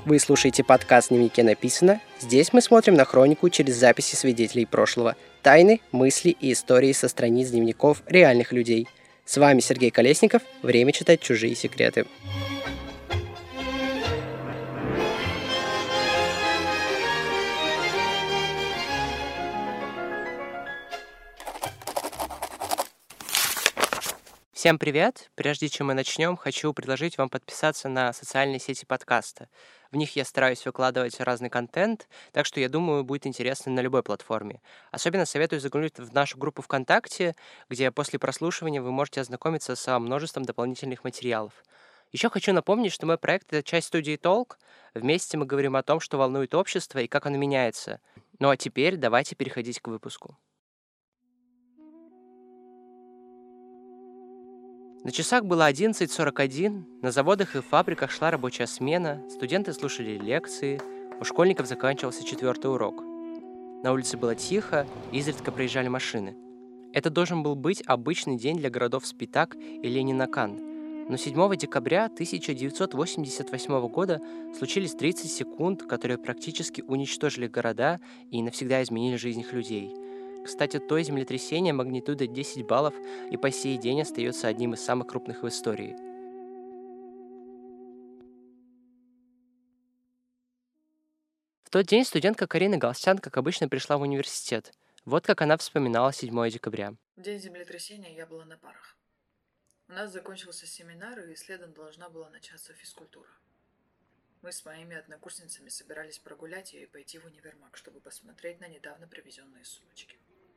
Вы слушаете подкаст «Дневнике написано». Здесь мы смотрим на хронику через записи свидетелей прошлого, тайны, мысли и истории со страниц дневников реальных людей. С вами Сергей Колесников. Время читать чужие секреты. Всем привет! Прежде чем мы начнем, хочу предложить вам подписаться на социальные сети подкаста. В них я стараюсь выкладывать разный контент, так что я думаю, будет интересно на любой платформе. Особенно советую заглянуть в нашу группу ВКонтакте, где после прослушивания вы можете ознакомиться со множеством дополнительных материалов. Еще хочу напомнить, что мой проект — это часть студии Толк. Вместе мы говорим о том, что волнует общество и как оно меняется. Ну а теперь давайте переходить к выпуску. На часах было 11:41, на заводах и фабриках шла рабочая смена, студенты слушали лекции, у школьников заканчивался 4-й урок. На улице было тихо, изредка проезжали машины. Это должен был быть обычный день для городов Спитак и Ленинакан. Но 7 декабря 1988 года случились 30 секунд, которые практически уничтожили города и навсегда изменили жизнь их людей. Кстати, то землетрясение магнитудой 10 баллов и по сей день остается одним из самых крупных в истории. В тот день студентка Карина Галстян, как обычно, пришла в университет. Вот как она вспоминала 7 декабря. В день землетрясения я была на парах. У нас закончился семинар, и следом должна была начаться физкультура. Мы с моими однокурсницами собирались прогулять ее и пойти в универмаг, чтобы посмотреть на недавно привезенные сумочки.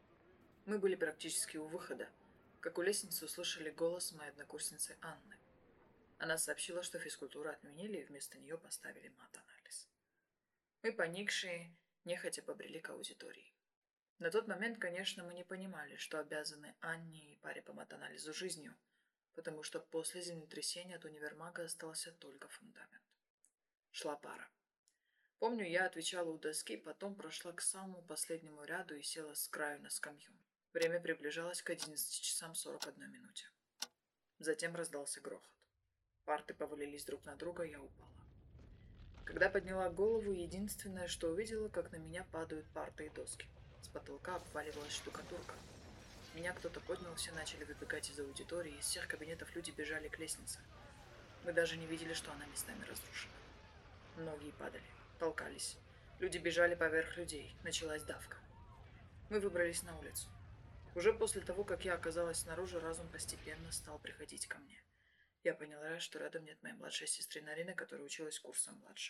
Мы были практически у выхода, как у лестницы услышали голос моей однокурсницы Анны. Она сообщила, что физкультуру отменили и вместо нее поставили мат-анализ. Мы, поникшие, нехотя побрели к аудитории. На тот момент, конечно, мы не понимали, что обязаны Анне и паре по мат-анализу жизнью, потому что после землетрясения от универмага остался только фундамент. Шла пара. Помню, я отвечала у доски, потом прошла к самому последнему ряду и села с краю на скамью. Время приближалось к 11 часам 41 минуте. Затем раздался грохот. Парты повалились друг на друга, я упала. Когда подняла голову, единственное, что увидела, как на меня падают парты и доски. С потолка обваливалась штукатурка. Меня кто-то поднял, все начали выбегать из аудитории, из всех кабинетов люди бежали к лестнице. Мы даже не видели, что она местами разрушена. Многие падали, толкались. Люди бежали поверх людей, началась давка. Мы выбрались на улицу. Уже после того, как я оказалась снаружи, разум постепенно стал приходить ко мне. Я поняла, что рядом нет моей младшей сестры Нарины, которая училась курсом младше.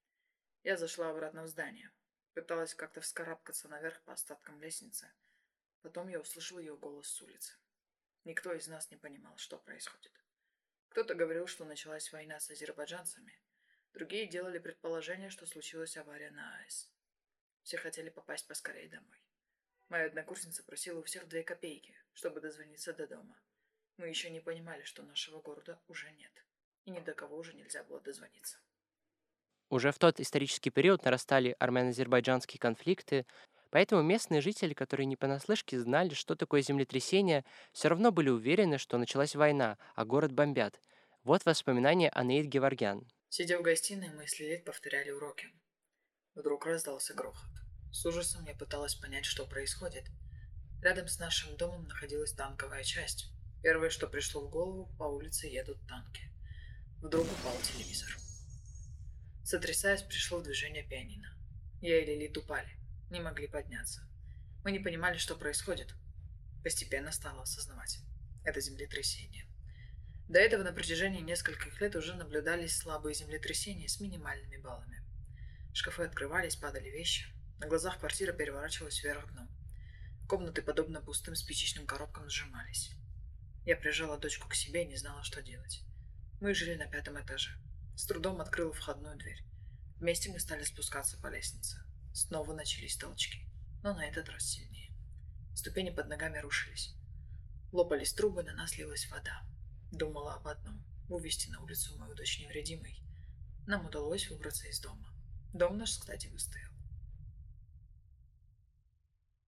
Я зашла обратно в здание. Пыталась как-то вскарабкаться наверх по остаткам лестницы. Потом я услышала ее голос с улицы. Никто из нас не понимал, что происходит. Кто-то говорил, что началась война с азербайджанцами. Другие делали предположение, что случилась авария на АЭС. Все хотели попасть поскорее домой. Моя однокурсница просила у всех 2 копейки, чтобы дозвониться до дома. Мы еще не понимали, что нашего города уже нет. И ни до кого уже нельзя было дозвониться. Уже в тот исторический период нарастали армяно-азербайджанские конфликты, поэтому местные жители, которые не понаслышке знали, что такое землетрясение, все равно были уверены, что началась война, а город бомбят. Вот воспоминания Анаид Геворгян. Сидя в гостиной, мы с Лилит повторяли уроки. Вдруг раздался грохот. С ужасом я пыталась понять, что происходит. Рядом с нашим домом находилась танковая часть. Первое, что пришло в голову, по улице едут танки. Вдруг упал телевизор. Сотрясаясь, пришло в движение пианино. Я и Лилит упали, не могли подняться. Мы не понимали, что происходит. Постепенно стала осознавать. Это землетрясение. До этого на протяжении нескольких лет уже наблюдались слабые землетрясения с минимальными баллами. Шкафы открывались, падали вещи. На глазах квартира переворачивалась вверх дном. Комнаты, подобно пустым спичечным коробкам, сжимались. Я прижала дочку к себе и не знала, что делать. Мы жили на 5-м этаже. С трудом открыла входную дверь. Вместе мы стали спускаться по лестнице. Снова начались толчки, но на этот раз сильнее. Ступени под ногами рушились. Лопались трубы, на нас лилась вода. Думала об одном — вывести на улицу мою дочь невредимой. Нам удалось выбраться из дома. Дом наш, кстати, выстоял.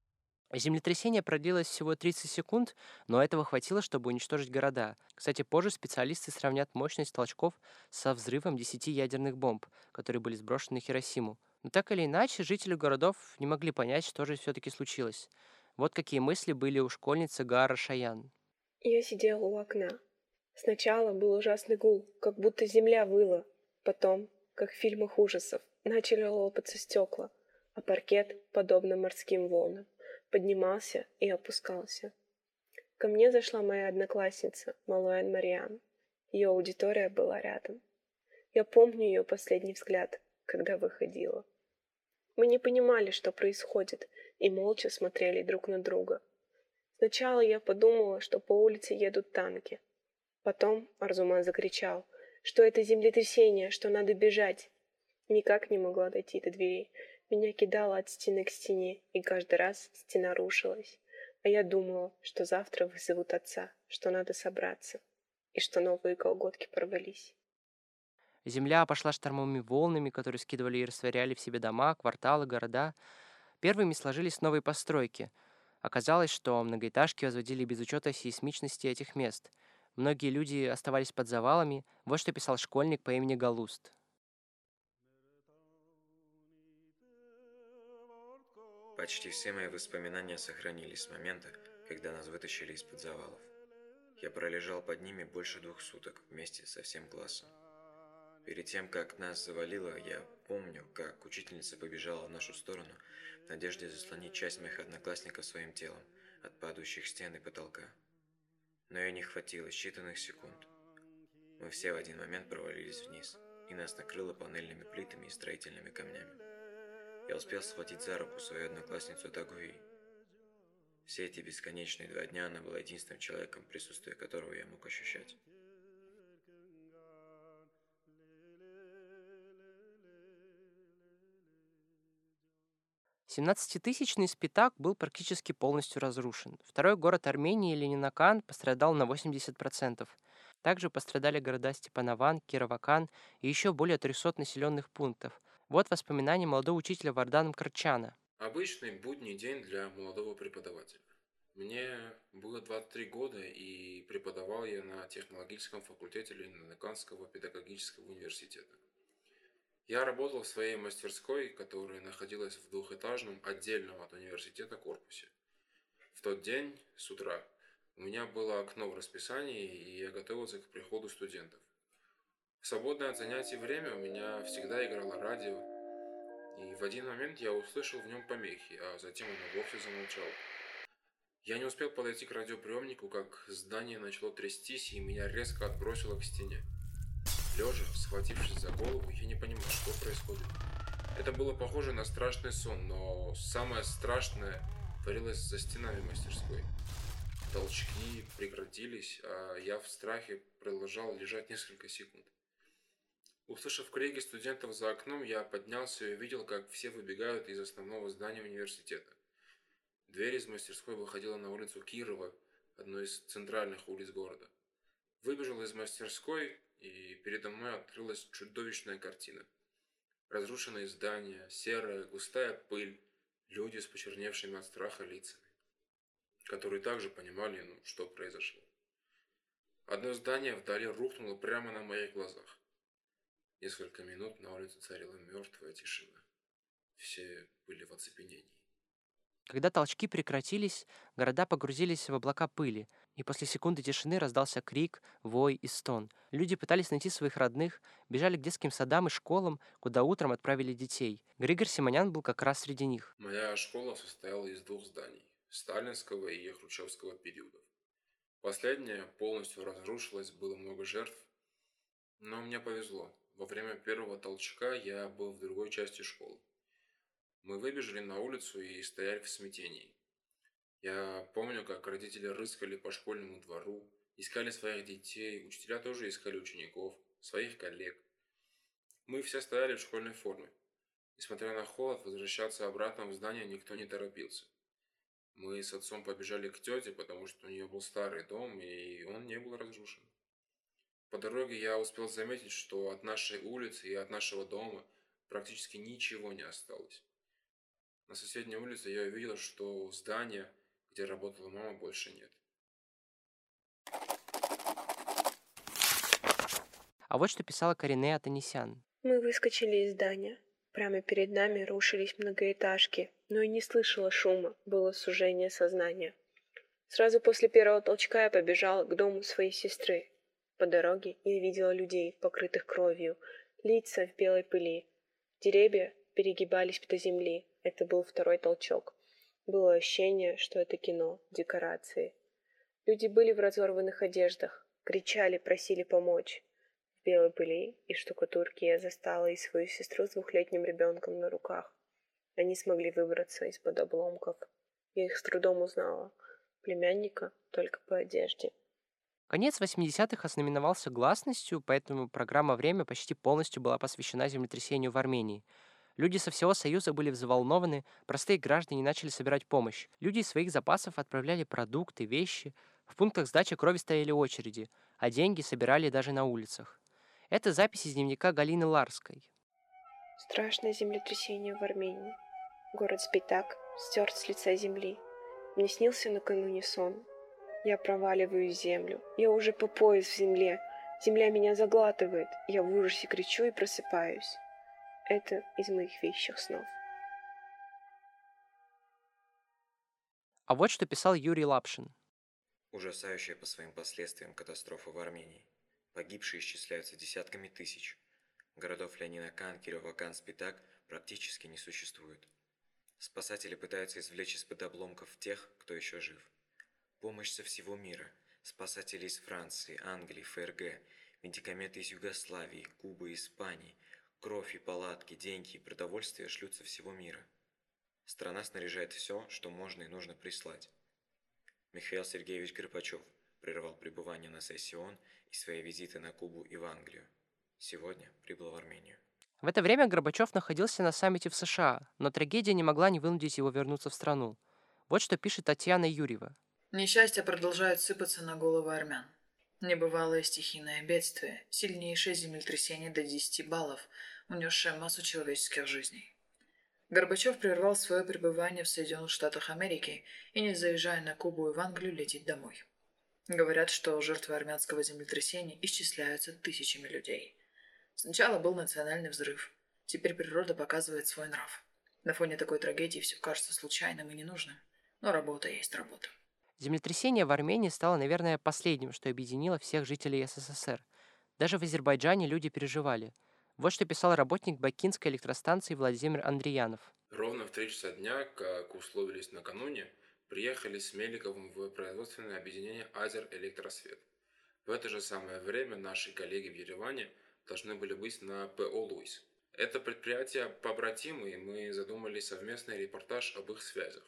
Землетрясение продлилось всего 30 секунд, но этого хватило, чтобы уничтожить города. Кстати, позже специалисты сравнят мощность толчков со взрывом 10 ядерных бомб, которые были сброшены на Хиросиму. Но так или иначе, жители городов не могли понять, что же все-таки случилось. Вот какие мысли были у школьницы Гара Шаян. Я сидела у окна. Сначала был ужасный гул, как будто земля выла. Потом, как в фильмах ужасов, начали лопаться стекла, а паркет, подобно морским волнам, поднимался и опускался. Ко мне зашла моя одноклассница, Малуэн Мариан. Ее аудитория была рядом. Я помню ее последний взгляд, когда выходила. Мы не понимали, что происходит, и молча смотрели друг на друга. Сначала я подумала, что по улице едут танки. Потом Арзуман закричал, что это землетрясение, что надо бежать. Никак не могла дойти до дверей. Меня кидало от стены к стене, и каждый раз стена рушилась. А я думала, что завтра вызовут отца, что надо собраться, и что новые колготки порвались. Земля пошла штормовыми волнами, которые скидывали и растворяли в себе дома, кварталы, города. Первыми сложились новые постройки. Оказалось, что многоэтажки возводили без учета сейсмичности этих мест. Многие люди оставались под завалами. Вот что писал школьник по имени Галуст. Почти все мои воспоминания сохранились с момента, когда нас вытащили из-под завалов. Я пролежал под ними больше 2 суток вместе со всем классом. Перед тем, как нас завалило, я помню, как учительница побежала в нашу сторону в надежде заслонить часть моих одноклассников своим телом от падающих стен и потолка. Но ей не хватило считанных секунд. Мы все в один момент провалились вниз, и нас накрыло панельными плитами и строительными камнями. Я успел схватить за руку свою одноклассницу Тагуи. Все эти бесконечные 2 дня она была единственным человеком, присутствие которого я мог ощущать. 17-тысячный Спитак был практически полностью разрушен. Второй город Армении, Ленинакан, пострадал на 80%. Также пострадали города Степанован, Кировакан и еще более 300 населенных пунктов. Вот воспоминания молодого учителя Вардана Мкртчяна. Обычный будний день для молодого преподавателя. Мне было 23 года, и преподавал я на технологическом факультете Ленинаканского педагогического университета. Я работал в своей мастерской, которая находилась в двухэтажном, отдельном от университета корпусе. В тот день, с утра, у меня было окно в расписании, и я готовился к приходу студентов. В свободное от занятий время у меня всегда играло радио, и в один момент я услышал в нем помехи, а затем оно вовсе замолчало. Я не успел подойти к радиоприемнику, как здание начало трястись, и меня резко отбросило к стене. Лежа, схватившись за голову, я не понимал, что происходит. Это было похоже на страшный сон, но самое страшное творилось за стенами мастерской. Толчки прекратились, а я в страхе продолжал лежать несколько секунд. Услышав крики студентов за окном, я поднялся и увидел, как все выбегают из основного здания университета. Дверь из мастерской выходила на улицу Кирова, одной из центральных улиц города. Выбежал из мастерской, и передо мной открылась чудовищная картина. Разрушенные здания, серая, густая пыль, люди с почерневшими от страха лицами, которые также понимали, что произошло. Одно здание вдали рухнуло прямо на моих глазах. Несколько минут на улице царила мертвая тишина. Все были в оцепенении. Когда толчки прекратились, города погрузились в облака пыли, и после секунды тишины раздался крик, вой и стон. Люди пытались найти своих родных, бежали к детским садам и школам, куда утром отправили детей. Григорий Симонян был как раз среди них. Моя школа состояла из 2 зданий – сталинского и хрущевского периодов. Последнее полностью разрушилось, было много жертв, но мне повезло. Во время первого толчка я был в другой части школы. Мы выбежали на улицу и стояли в смятении. Я помню, как родители рыскали по школьному двору, искали своих детей, учителя тоже искали учеников, своих коллег. Мы все стояли в школьной форме. Несмотря на холод, возвращаться обратно в здание никто не торопился. Мы с отцом побежали к тете, потому что у нее был старый дом, и он не был разрушен. По дороге я успел заметить, что от нашей улицы и от нашего дома практически ничего не осталось. На соседней улице я увидел, что здания, где работала мама, больше нет. А вот что писала Карине Атанесян. Мы выскочили из здания. Прямо перед нами рушились многоэтажки, но и не слышала шума, было сужение сознания. Сразу после первого толчка я побежала к дому своей сестры. По дороге я видела людей, покрытых кровью, лица в белой пыли. Деревья перегибались до земли. Это был второй толчок. Было ощущение, что это кино, декорации. Люди были в разорванных одеждах, кричали, просили помочь. В белой пыли и штукатурке я застала и свою сестру с 2-летним ребенком на руках. Они смогли выбраться из-под обломков. Я их с трудом узнала. Племянника только по одежде. Конец 80-х ознаменовался гласностью, поэтому программа «Время» почти полностью была посвящена землетрясению в Армении. Люди со всего Союза были взволнованы, простые граждане начали собирать помощь. Люди из своих запасов отправляли продукты, вещи. В пунктах сдачи крови стояли очереди, а деньги собирали даже на улицах. Это запись из дневника Галины Ларской. Страшное землетрясение в Армении. Город Спитак стерт с лица земли. Мне снился накануне сон. Я проваливаю в землю. Я уже по пояс в земле. Земля меня заглатывает. Я в ужасе кричу и просыпаюсь. Это из моих вещих снов. А вот что писал Юрий Лапшин. Ужасающая по своим последствиям катастрофа в Армении. Погибшие исчисляются десятками тысяч. Городов Леонинакан, Кировакан, Спитак практически не существует. Спасатели пытаются извлечь из-под обломков тех, кто еще жив. Помощь со всего мира. Спасатели из Франции, Англии, ФРГ, медикаменты из Югославии, Кубы, Испании, кровь и палатки, деньги и продовольствие шлют со всего мира. Страна снаряжает все, что можно и нужно прислать. Михаил Сергеевич Горбачев прервал пребывание на сессии ООН и свои визиты на Кубу и в Англию. Сегодня прибыл в Армению. В это время Горбачев находился на саммите в США, но трагедия не могла не вынудить его вернуться в страну. Вот что пишет Татьяна Юрьева. Несчастья продолжают сыпаться на головы армян. Небывалое стихийное бедствие, сильнейшее землетрясение до 10 баллов, унесшее массу человеческих жизней. Горбачев прервал свое пребывание в Соединенных Штатах Америки и, не заезжая на Кубу и в Англию, летит домой. Говорят, что жертвы армянского землетрясения исчисляются тысячами людей. Сначала был национальный взрыв. Теперь природа показывает свой нрав. На фоне такой трагедии все кажется случайным и ненужным. Но работа есть работа. Землетрясение в Армении стало, наверное, последним, что объединило всех жителей СССР. Даже в Азербайджане люди переживали. Вот что писал работник Бакинской электростанции Владимир Андреянов. Ровно в 3 часа дня, как условились накануне, приехали с Меликовым в производственное объединение «Азер-Электросвет». В это же самое время наши коллеги в Ереване должны были быть на ПО «Луис». Это предприятие побратимы, и мы задумали совместный репортаж об их связях.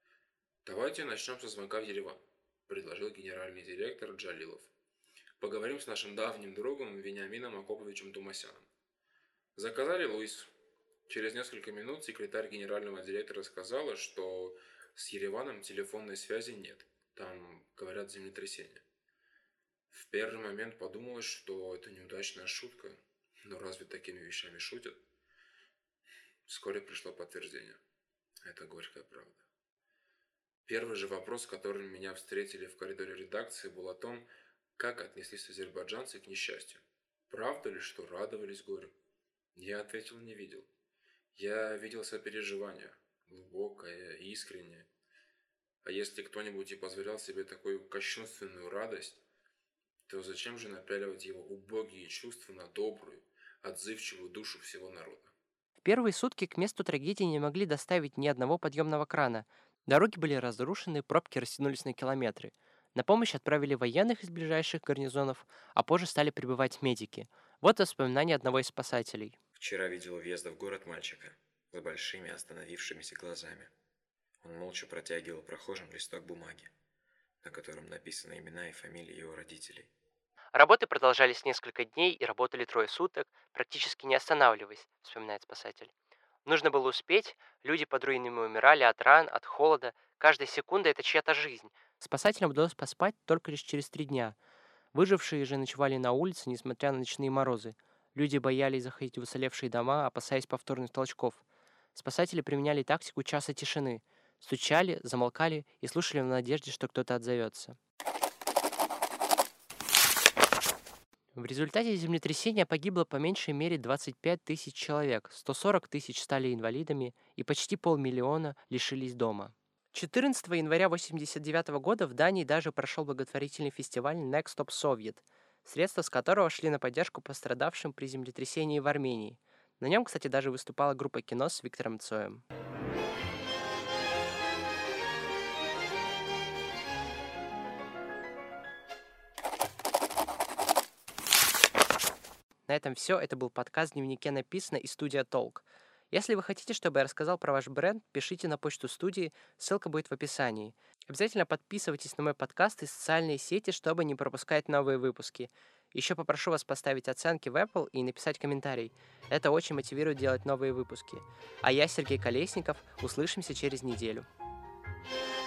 «Давайте начнем со звонка в Ереван», – предложил генеральный директор Джалилов. «Поговорим с нашим давним другом Вениамином Акоповичем Тумасяном». Заказали «Луис». Через несколько минут секретарь генерального директора сказала, что с Ереваном телефонной связи нет. Там, говорят, землетрясение. В первый момент подумалось, что это неудачная шутка. Но разве такими вещами шутят? Вскоре пришло подтверждение. Это горькая правда. Первый же вопрос, которым меня встретили в коридоре редакции, был о том, как отнеслись азербайджанцы к несчастью. Правда ли, что радовались горю? Я ответил, не видел. Я видел сопереживание, глубокое и искреннее. А если кто-нибудь и позволял себе такую кощунственную радость, то зачем же напяливать его убогие чувства на добрую, отзывчивую душу всего народа? В первые сутки к месту трагедии не могли доставить ни одного подъемного крана. Дороги были разрушены, пробки растянулись на километры. На помощь отправили военных из ближайших гарнизонов, а позже стали прибывать медики. Вот воспоминания одного из спасателей. Вчера видел у въезда в город мальчика с большими остановившимися глазами. Он молча протягивал прохожим листок бумаги, на котором написаны имена и фамилии его родителей. Работы продолжались несколько дней и работали 3 суток, практически не останавливаясь, вспоминает спасатель. Нужно было успеть, люди под руинами умирали от ран, от холода. Каждая секунда — это чья-то жизнь. Спасателям удалось поспать только лишь через 3 дня. Выжившие же ночевали на улице, несмотря на ночные морозы. Люди боялись заходить в уцелевшие дома, опасаясь повторных толчков. Спасатели применяли тактику часа тишины. Стучали, замолкали и слушали в надежде, что кто-то отзовется. В результате землетрясения погибло по меньшей мере 25 тысяч человек, 140 тысяч стали инвалидами и почти 500 000 лишились дома. 14 января 1989 года в Дании даже прошел благотворительный фестиваль Next Stop Soviet, средства с которого шли на поддержку пострадавшим при землетрясении в Армении. На нем, кстати, даже выступала группа кино с Виктором Цоем. На этом все. Это был подкаст «В дневнике написано» и студия Толк. Если вы хотите, чтобы я рассказал про ваш бренд, пишите на почту студии, ссылка будет в описании. Обязательно подписывайтесь на мой подкаст и социальные сети, чтобы не пропускать новые выпуски. Еще попрошу вас поставить оценки в Apple и написать комментарий. Это очень мотивирует делать новые выпуски. А я, Сергей Колесников, услышимся через неделю.